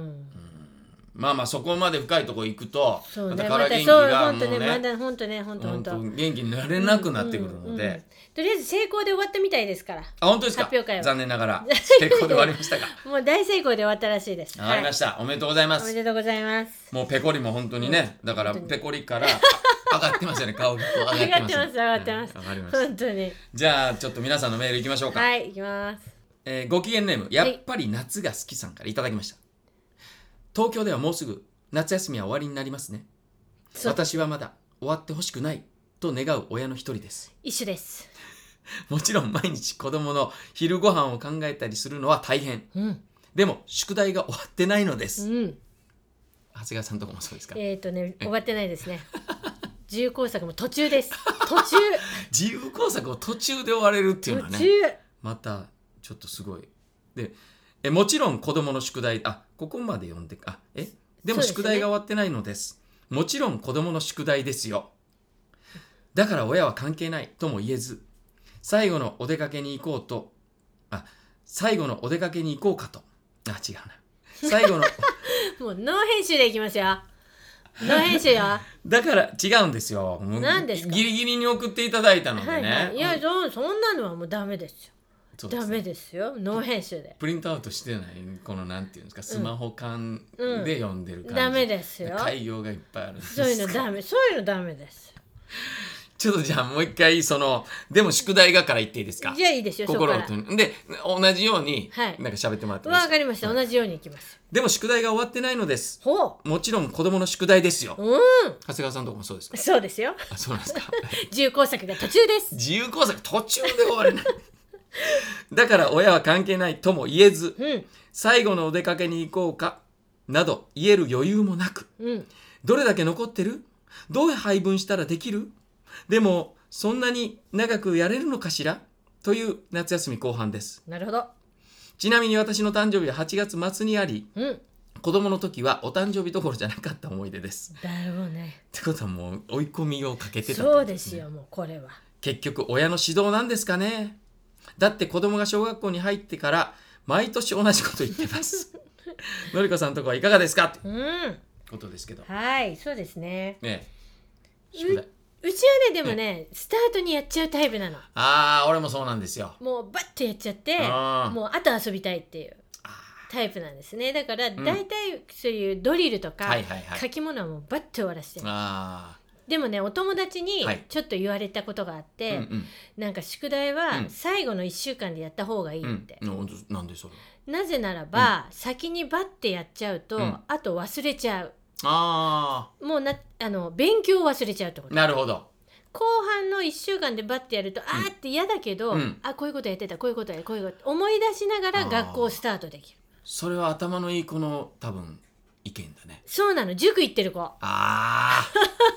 そこまで深いところ行くと、またから元気がもうね、 本当元気になれなくなってくるので、 とりあえず成功で終わったみたいですから。 あ、本当ですか。 発表会は残念ながら成功で終わりましたか。 もう大成功で終わったらしいです。 わかりました、おめでとうございます。 おめでとうございます。 もうペコリも本当にね、だからペコリから上がってますよね、顔が上がってます、 上がってます。 わかりました。 本当に。 じゃあちょっと皆さんのメールいきましょうか。 はい、いきます。 ご機嫌ネーム、やっぱり夏が好きさんからいただきました。東京ではもうすぐ夏休みは終わりになりますね。私はまだ終わってほしくないと願う親の一人です。 一緒です。 もちろん毎日子供の昼ご飯を考えたりするのは大変、でも宿題が終わってないのです、長谷川さんとかもそうですか？ 終わってないですね。自由工作も途中です。途中自由工作を途中で終われるっていうのはね、またちょっとすごいで、もちろん子供の宿題、ここまで読んで、でも宿題が終わってないのです。もちろん子供の宿題ですよ。だから親は関係ないとも言えず、最後のお出かけに行こうかと。違うな。最後のもうノー編集でいきますよ。ノー編集よ。 だから違うんですよ。 何ですか？ ギリギリに送っていただいたのでね。 いや、そんなのはもうダメですよ。ダメですよ、ノー編集で。 プリントアウトしてない、このなんていうんですか、スマホ缶で読んでる感じ、 ダメですよ。 改行がいっぱいあるんですか。 そういうのダメです。 ちょっとじゃあもう一回でも宿題がから言っていいですか？ じゃあいいですよ。 心をで同じようになんか喋ってもらってもいいですか？ わかりました、同じようにいきます。 でも宿題が終わってないのです。もちろん子供の宿題ですよ。長谷川さんとこもそうですか？ そうですよ。 そうなんですか。 自由工作が途中です。 自由工作途中で終われない。だから親は関係ないとも言えず、最後のお出かけに行こうかなど言える余裕もなく、どれだけ残ってる？どう配分したらできる？でもそんなに長くやれるのかしら？という夏休み後半です。 なるほど。 ちなみに私の誕生日は8月末にあり、子供の時はお誕生日どころじゃなかった思い出です。 だろうね。 ってことはもう追い込みをかけてた、 そうですよ、もうこれは。 結局親の指導なんですかね。だって子供が小学校に入ってから毎年同じこと言ってます。のりこさんとこはいかがですかってことですけど。 はい、そうですね。うちはね、でもね、スタートにやっちゃうタイプなの。 俺もそうなんですよ。 もうバッとやっちゃって、もうあと遊びたいっていうタイプなんですね。だから大体そういうドリルとか書き物はもうバッと終わらせてる。でもね、お友達にちょっと言われたことがあって、なんか宿題は最後の1週間でやった方がいいって。 なんでそれ？ なぜならば、先にバッてやっちゃうと、あと忘れちゃう。もう勉強を忘れちゃうってこと。 なるほど。 後半の1週間でバッてやると、って嫌だけど、こういうことやってた、こういうこと思い出しながら学校をスタートできる。 それは頭のいい子の多分意見だね。 そうなの、塾行ってる子。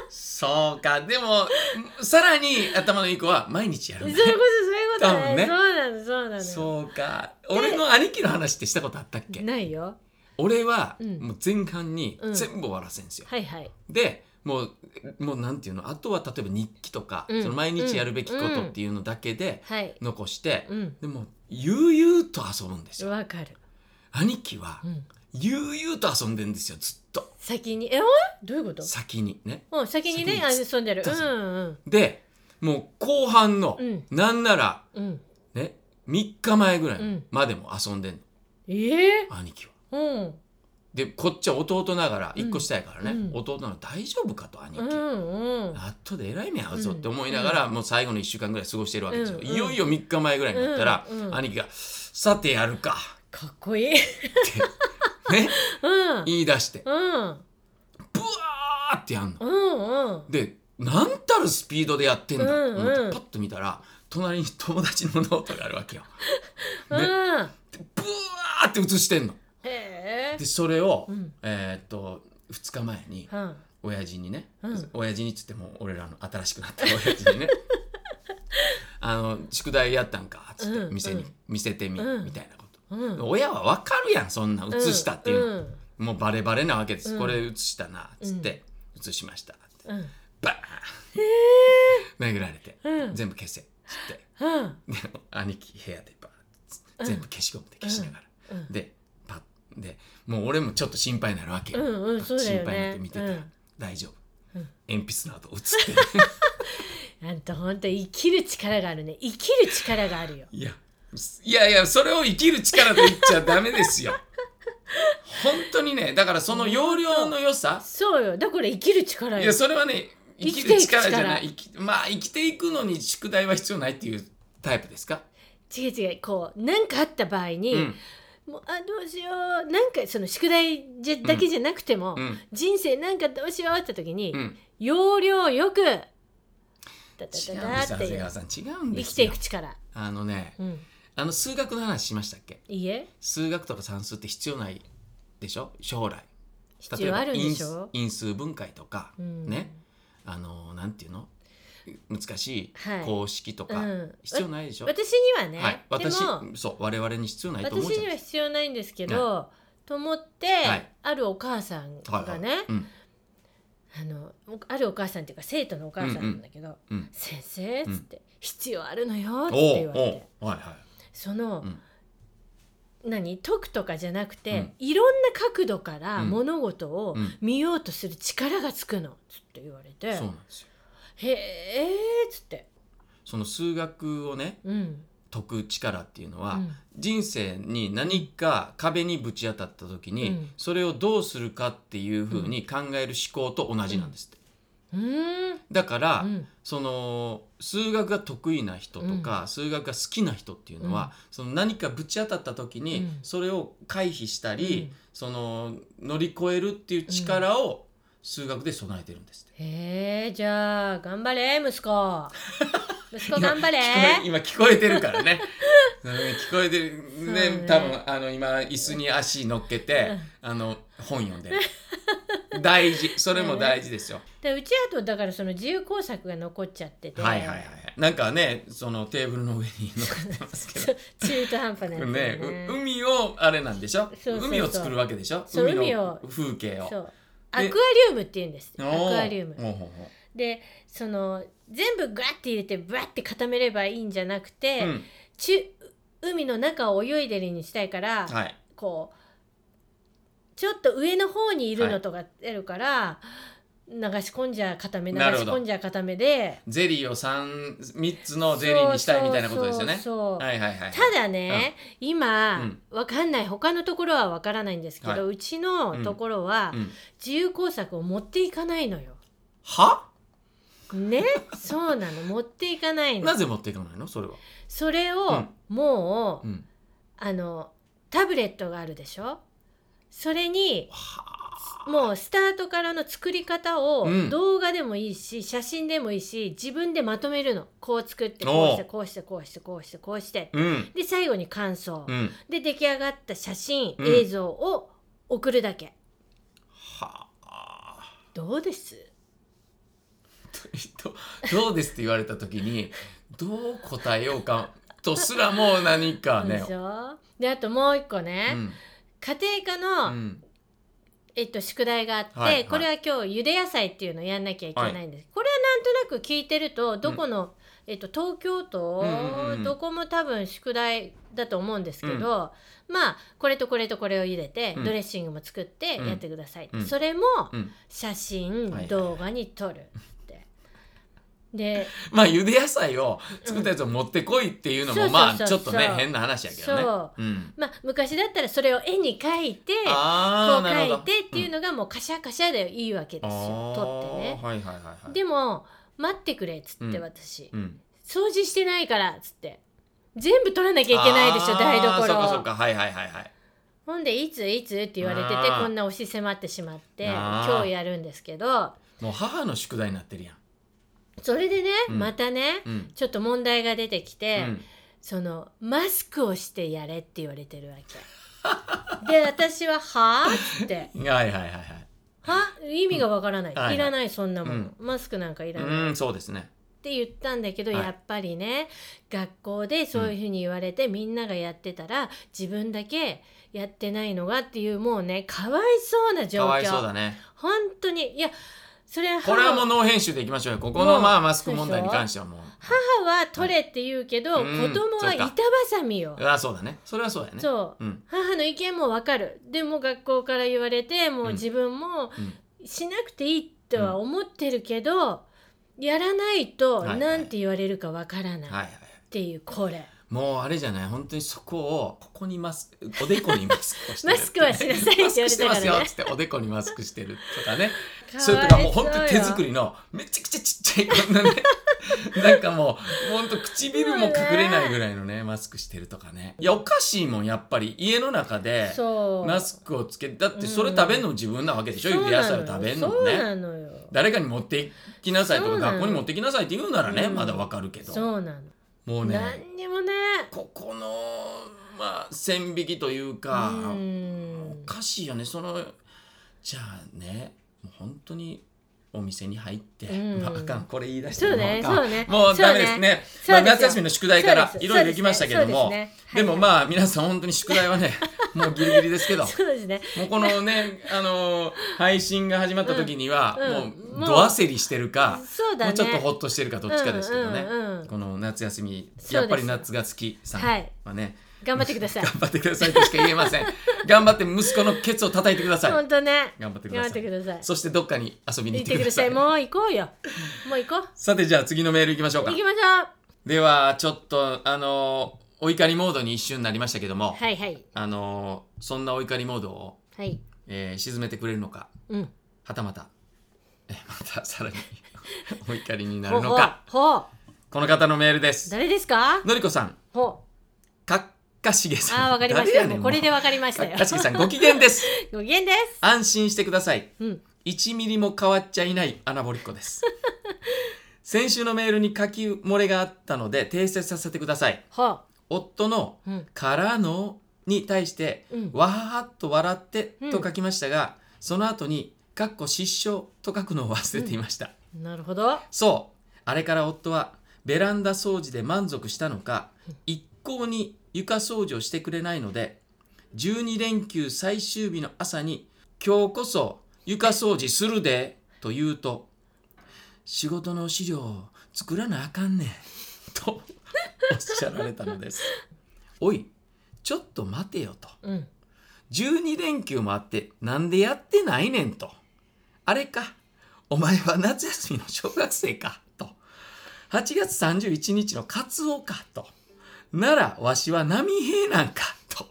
そうか。でもさらに頭のいい子は毎日やるんだね。 そういうこと多分ねそうなのそうか。俺の兄貴の話ってしたことあったっけ？ ないよ。 俺はうんもう前半にうん全部終わらせんすよ、 はいはい。 でもうなんていうの、あとは例えば日記とか、 うんその毎日やるべきことっていうのだけではい。 残して、 うんでも悠々と遊ぶんですよ。 わかる。 兄貴はうん悠々と遊んでんですよ、ずっと。 先にどういうこと？ 先にね。 うん先にね遊んでる。 先にうんうんでもう後半の、 うんなんならうん。 ね3日前ぐらいうんまでも遊んでんの、兄貴は。 うんでこっちは弟ながら1個下やからね、 うん弟なら大丈夫かと兄貴、 うん後でえらい目合うぞって思いながら、もう最後の1週間ぐらい過ごしてるわけですよ、 うんいよいよ3日前ぐらいになったら、兄貴が「さてやるか」 かっこいい。 ってねうん言い出してうんブワーってやんの、 うんうんでなんたるスピードでやってんだと思ってうんうんパッと見たら隣に友達のノートがあるわけよ、 うん。 でブワーって写してんの。 へえ。 でそれを、 うん 2日前にうん親父にね、 うん親父にっつっても俺らの新しくなった親父にね宿題やったんかっつって店に、見せてみ、みたいなこと、親は分かるやん、そんな写したっていうの、もうバレバレなわけです、これ写したなっつって、写しましたって、バーン殴られて、全部消せっつって、で兄貴部屋でバーン全部消しゴムで消しながら、でパッでもう俺もちょっと心配になるわけよ、 そうだよね。 心配になって見てたら、大丈夫、鉛筆の跡写ってるあんたほんと生きる力があるね。生きる力があるよ。 いやそれを生きる力と言っちゃダメですよ本当にね、だからその容量の良さ、 そうよ。だから生きる力よ。 いやそれはね生きる力じゃない、生きていくのに宿題は必要ないっていうタイプですか？ 違うこう何かあった場合に、もうどうしよう、なんかその宿題だけじゃなくても、人生なんかどうしようって時に、要領よくダダダダって長谷川さん違うんですよ。 生きていく力。 数学の話しましたっけ？ いいえ。 数学とか算数って必要ないでしょ、将来。 必要あるんでしょ。 因数分解とか、ね、なんていうの、難しい公式とか必要ないでしょ、 私にはね、 そう我々に必要ないと思うじゃん。 私には必要ないんですけど、と思って、あるお母さんがね、あるお母さんっていうか生徒のお母さんなんだけど、先生っつって、必要あるのよって言われて、その、解くとかじゃなくて、いろんな角度から物事を見ようとする力がつくのつって言われて、 そうなんですよ。 へえっつって、 その数学をね、解く力っていうのは、人生に何か壁にぶち当たった時に、それをどうするかっていうふうに考える思考と同じなんですって。だから、その数学が得意な人とか、数学が好きな人っていうのは、その何かぶち当たった時に、それを回避したり、その乗り越えるっていう力を数学で備えてるんですって。 へえ、じゃあ頑張れ息子頑張れ今聞こえてるからね聞こえてるね、多分今椅子に足乗っけて、本読んでる大事、それも大事ですよ。 でうちあとだからその自由工作が残っちゃってて、 なんかね、そのテーブルの上に乗ってますけど中途半端なやつね、海をあれなんでしょ、海を作るわけでしょ、海の風景を。 アクアリウムって言うんです。アクアリウムで、その全部ガッて入れてバッて固めればいいんじゃなくて、海の中を泳いでるにしたいから、こうちょっと上の方にいるのとかやるから、流し込んじゃ固め、流し込んじゃ固めでゼリーを3つのゼリーにしたいみたいなことですよね。 ただね、今わかんない、他のところはわからないんですけど、うちのところは自由工作を持っていかないのよ。 は？ ね、そうなの、持っていかないの。 なぜ持っていかないの？ それをもう、タブレットがあるでしょ、それにもうスタートからの作り方を動画でもいいし、写真でもいいし、自分でまとめるの。こう作って、こうしてこうしてこうしてこうしてこうして、で最後に感想、で出来上がった写真、映像を送るだけ。どうです？ どうですって言われた時にどう答えようかとすらもう何かね。 でしょ。であともう一個ね、家庭科の、宿題があって、 はいはい、 これは今日茹で野菜っていうのをやんなきゃいけないんです、これはなんとなく聞いてるとどこの、東京都、どこも多分宿題だと思うんですけど、まあこれとこれとこれを茹でて、ドレッシングも作ってやってください、それも写真、動画に撮るってで、 まあ茹で野菜を作ったやつを持ってこいっていうのも、まあちょっとね変な話やけどね。 まあ昔だったらそれを絵に描いてこう描いてっていうのがもうカシャカシャでいいわけですよ、撮ってね。でも待ってくれっつって、私、掃除してないからっつって全部取らなきゃいけないでしょ、台所。 そうかほんでいつって言われてて、こんな押し迫ってしまって今日やるんですけど、 もう母の宿題になってるやん。 それでね、またね、ちょっと問題が出てきて、そのマスクをしてやれって言われてるわけで、私ははぁって意味がわからない、いらないそんなもん、マスクなんかいらない、 そうですねって言ったんだけど、やっぱりね学校でそういうふうに言われて、みんながやってたら自分だけやってないのがっていう、もうねかわいそうな状況。 かわいそうだね本当に。いやそれはこれはもうノー編集でいきましょうよ、ここのまあマスク問題に関しては。もう母は取れって言うけど、子供は板挟みよ。 そうだね、それはそうだよね。 そう、母の意見もわかる。でも学校から言われて、もう自分もしなくていいとは思ってるけど、やらないとなんて言われるかわからないっていう、これもうあれじゃない、本当にそこをここにおでこにマスクをしてるマスクはしなさいって言われたからね。マスクしてますよっつっておでこにマスクしてるとかねそれとかもう本当に手作りのめちゃくちゃちっちゃいこんなねなんかもう本当唇も隠れないぐらいのねマスクしてるとかね。いやおかしいもんやっぱり、家の中でマスクをつけて、だってそれ食べるの自分なわけでしょ、ゆで野菜を食べるのもね。誰かに持ってきなさいとか学校に持ってきなさいって言うならね、まだわかるけど、 そうなの。 もうね何にもね、 ここのまあ線引きというか、おかしいよね。じゃあね、もう本当にお店に入って、あかん、これ言い出してもうダメですね。まあ夏休みの宿題からいろいろ行きましたけども、でもまあ皆さん本当に宿題はねもうギリギリですけど、 そうですね、 もうこのね配信が始まった時にはもうど焦りしてるか、もうちょっとホッとしてるかどっちかですけどね。この夏休みやっぱり夏が好きさんはね、 頑張ってください。 頑張ってくださいとしか言えません。頑張って息子のケツを叩いてください。 本当ね。 頑張ってください。そしてどっかに遊びに行ってください。 もう行こうよ。もう行こう。 さてじゃあ次のメール行きましょうか。 行きましょう。ではちょっとお怒りモードに一瞬なりましたけども、そんなお怒りモードを、沈めてくれるのか、はたまたまたさらにお怒りになるのか。この方のメールです。 誰ですか？ のりこさん。かっかしげさん。 わかりましたよ。これでわかりましたよ。 かっかしげさんご機嫌です。 ご機嫌です。 安心してください。1ミリも変わっちゃいないアナボリッコです。先週のメールに書き漏れがあったので訂正させてください。夫のからのに対してわははっと笑ってと書きましたが、その後にかっこ失笑と書くのを忘れていました。 なるほど。 そう、あれから夫はベランダ掃除で満足したのか、一向に床掃除をしてくれないので、12連休最終日の朝に今日こそ床掃除するでと言うと、仕事の資料を作らなあかんねんとおっしゃられたのです。おい、ちょっと待てよと、12連休もあってなんでやってないねんと、あれか、お前は夏休みの小学生かと、8月31日のカツオかと、ならわしは波平なんかと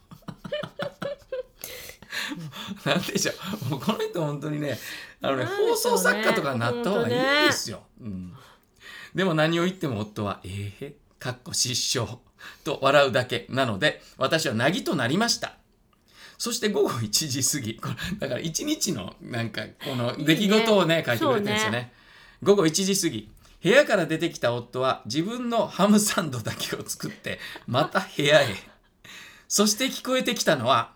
なんでしょう、もうこの人本当にね、放送作家とかになった方がいいですよ、でも何を言っても夫はかっこ失笑と笑うだけなので、私はなぎとなりました。そして午後1時過ぎ、これだから1日のなんかこの出来事をね書いてくれてるんですよね。午後1時過ぎ、部屋から出てきた夫は自分のハムサンドだけを作ってまた部屋へ。そして聞こえてきたのは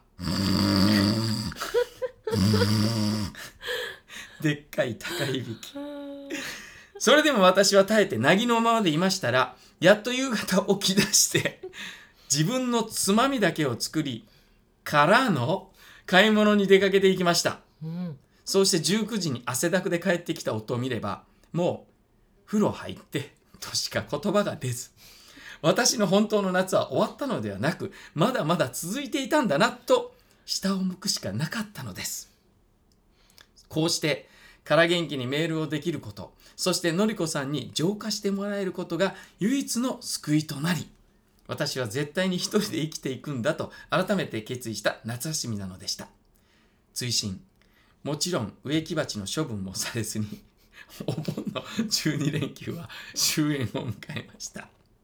でっかい高いびき。 それでも私は耐えて凪のままでいましたら、やっと夕方起き出して自分のつまみだけを作りからの買い物に出かけていきました。そうして19時に汗だくで帰ってきた夫を見れば、もう風呂入ってとしか言葉が出ず、私の本当の夏は終わったのではなく、まだまだ続いていたんだなと下を向くしかなかったのです。こうしてから元気にメールをできること、そしてのりこさんに浄化してもらえることが唯一の救いとなり、私は絶対に一人で生きていくんだと改めて決意した夏休みなのでした。追伸、もちろん植木鉢の処分もされずにお盆の12連休は終焉を迎えました。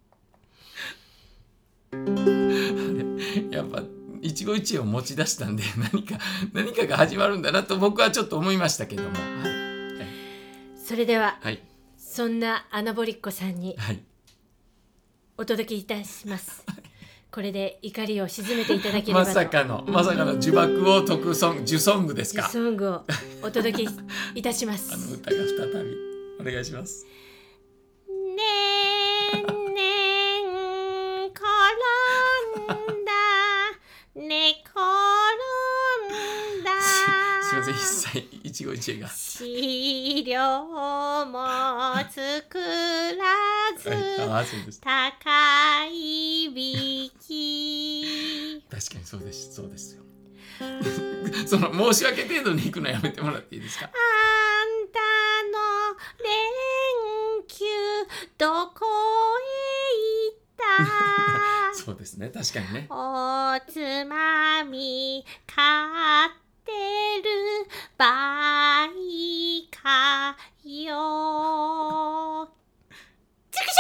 やっぱ一期一会を持ち出したんで何かが始まるんだなと僕はちょっと思いましたけども、 それでは、 はい、 そんなアナボリッコさんにはい、 お届けいたします。これで怒りを鎮めていただければと。 まさかの呪縛を解く呪ソングですか。 呪ソングをお届けいたします。 歌が再びお願いします。 ねんねん転んだ寝転んだすいません、一期一会が資料も作らず、 そうです。 高いびき。 確かにそうですよその申し訳程度に行くのやめてもらっていいですか。 あんたの連休どこへ行ったそうですね、確かにね。 おつまみ買ってる場合かよ。ちくし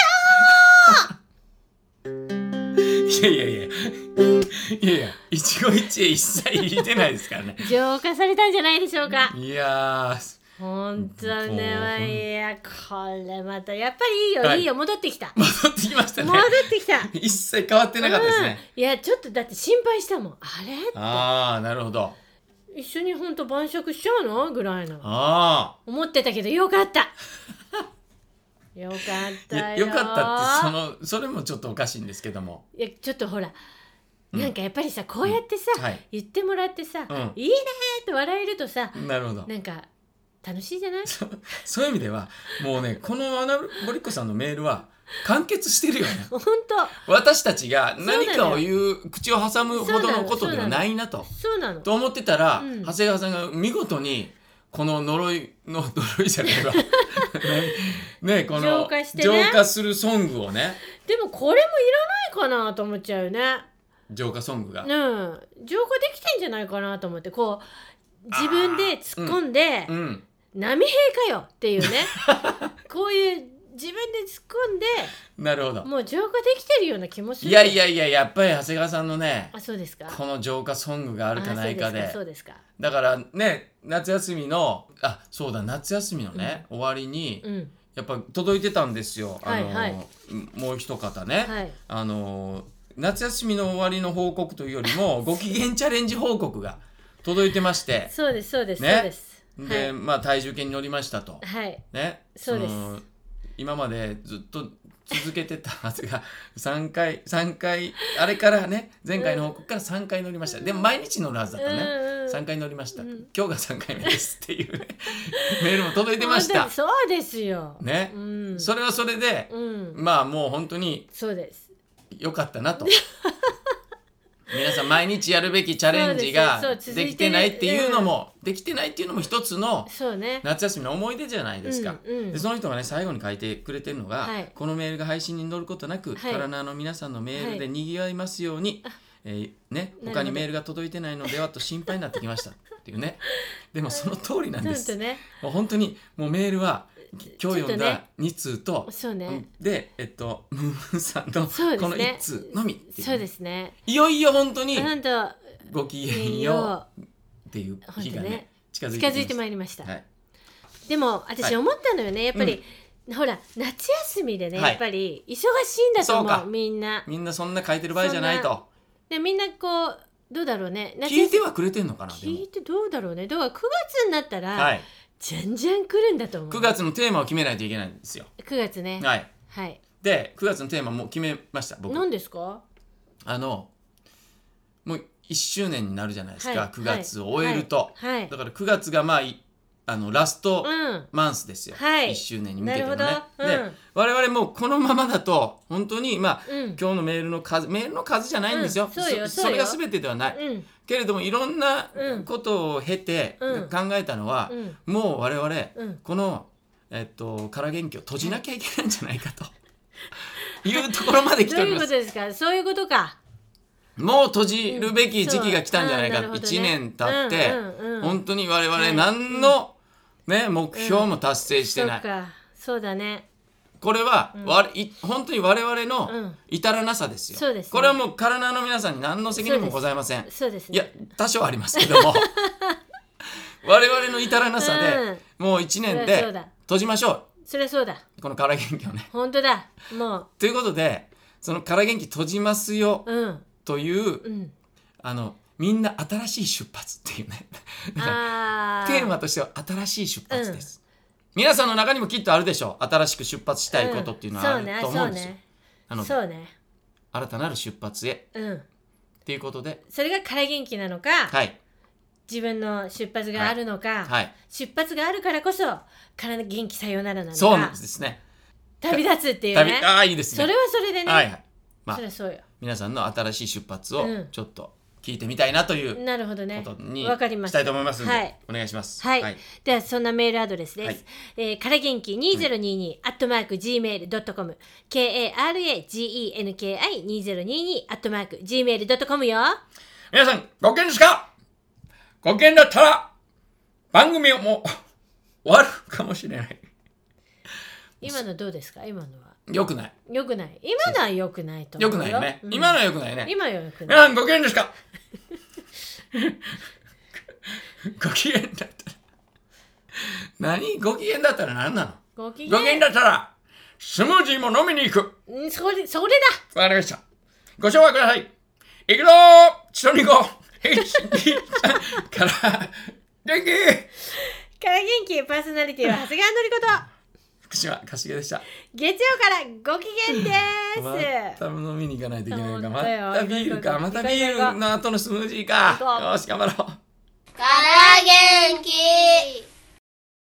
ょいや一期一会一切入れてないですからね。 ー浄化されたんじゃないでしょうか。 いや本当ね、いやこれまたやっぱりいいよ、 はい、 いいよ、戻ってきた戻ってきましたね。 戻ってきた一切変わってなかったですね、 いやちょっとだって心配したもん、あれってなるほど、 一緒にほんと晩酌しちゃうのぐらいの思ってたけど、よかったよかったよ。 よかったってそれもちょっとおかしいんですけども、 いやちょっとほら、なんかやっぱりさ、こうやってさ、 はい、 言ってもらってさ、いいねって笑えるとさ、 なるほど、 なんか楽しいじゃない。 そういう意味ではもうね、このアナボリッコさんのメールは完結してるよね本当、 私たちが何かを言う口を挟むほどのことではないなとと思ってたら、長谷川さんが見事にこの呪いじゃないわね、この浄化してね、 浄化するソングをね。 でもこれもいらないかなと思っちゃうよね、 浄化ソングが。 浄化できてんじゃないかなと思って、こう自分で突っ込んで、波平かよっていうねこういう自分で突っ込んで、 なるほど、 もう浄化できてるような気もする。 いややっぱり長谷川さんのね、 そうですか、 この浄化ソングがあるかないかで、 そうですか。 だからね、夏休みの夏休みのね、終わりに、やっぱ届いてたんですよ、もう一方ね、夏休みの終わりの報告というよりもご機嫌チャレンジ報告が届いてましてそうですね、 で、体重計に乗りましたと、ね、 そうです。 今までずっと続けてたはずが3回あれからね、前回の報告から3回乗りました。でも毎日乗るはずだったね。3回乗りました、今日が3回目ですっていうねメールも届いてました。 そうですよね、それはそれで、もう本当にそうですよかったなと皆さん毎日やるべきチャレンジができてないっていうのも、一つの夏休みの思い出じゃないですか。でその人がね、最後に書いてくれてるのが、このメールが配信に載ることなく、カラナーの皆さんのメールでにぎわいますように、他にメールが届いてないのではと心配になってきましたっていうね。でもその通りなんです。もう本当にもうメールは今日読んだ2通と、でムーンさんのこの1通のみっていう、 そうですね、 いよいよ本当にごきげんようっていう日がね、近づいてまいりました。 でも私思ったのよね、やっぱり、ほら夏休みでね、やっぱり忙しいんだと思う。みんなそんな書いてる場合じゃないと。 でみんなこうどうだろうね、 聞いてはくれてんのかな。 聞いてどうだろうね。だから9月になったら、 じゃんじゃん来るんだと思う。 9月のテーマを決めないといけないんですよ。 9月ね。 はいはい。 で9月のテーマもう決めました僕。 何ですか？ もう1周年になるじゃないですか、 はい 9月を終えると、 はいはいだから9月がまあラストうんマンスですよ、 はい 1周年に向けてのね。 なるほど。 で我々もうこのままだと本当に今うん日のメールの数じゃないんですよ、 そうよそれが全てではない、 うんけれどもいろんなことを経てうん考えたのは、 うんもう我々、 うんこのから元気を閉じなきゃいけないんじゃないかというところまで来ております。 どういうことですか？そういうことか。 もう閉じるべき時期が来たんじゃないか、 うんそう 1年経って、 うん本当に我々 はい何の、目標も達成してない、 そうか、そうだね。 これは、本当に我々の至らなさですよ、 そうですねこれはもう体の皆さんに何の責任もございません。 そうですね。 いや多少ありますけども我々の至らなさで、もう1年そうでだ閉じましょそれはそうだ。 うこのから元気をね。 本当だ。もということでそのから元気閉じますよう、 という、 うん。 みんな新しい出発っていうねテーマとしては新しい出発です、皆さんの中にもきっとあるでしょう、新しく出発したいことっていうのはあると思うんですよ、なのでそうね。 新たなる出発へうん。 っていうことで、 それがから元気なのか、 はい自分の出発があるのか、 はい、 出発があるからこそから元気さようならなのか、 そうなんですね。 旅立つっていうね。 いいですね。 それはそれでね。 はいはい。 それはそうよ。 皆さんの新しい出発をうんちょっと聞いてみたいなというなるほどね。 ことにわかりまししたたいと思いますので、 はいお願いします。 はい。ではそんなメールアドレスです。 はいから元気2022@gmail.com KARAGENKI2022@gmail.com よ。 皆さんご機嫌ですか？ご機嫌だったら番組をもう終わるかもしれない。 今のどうですか？今のは。 よくない。 よくない。今のはよくないと思うよ。 よくないよね。 うん今のはよくないね。 今はよくない。 皆さんご機嫌ですか？ご機嫌だったら何？ご機嫌だったら何なの？ ご機嫌。 ご機嫌だったらスムージーも飲みに行く。 それだ。 わかりました。ご紹介ください。いくぞー、チトニコ、1、2、3から元気。 から元気パーソナリティは長谷川のりこと。 福島かしげでした。 月曜からご機嫌です。 また飲みに行かないといけないか。ま本当よたビールか。またビールの後のスムージーか。 行こうよし頑張ろう。 から元気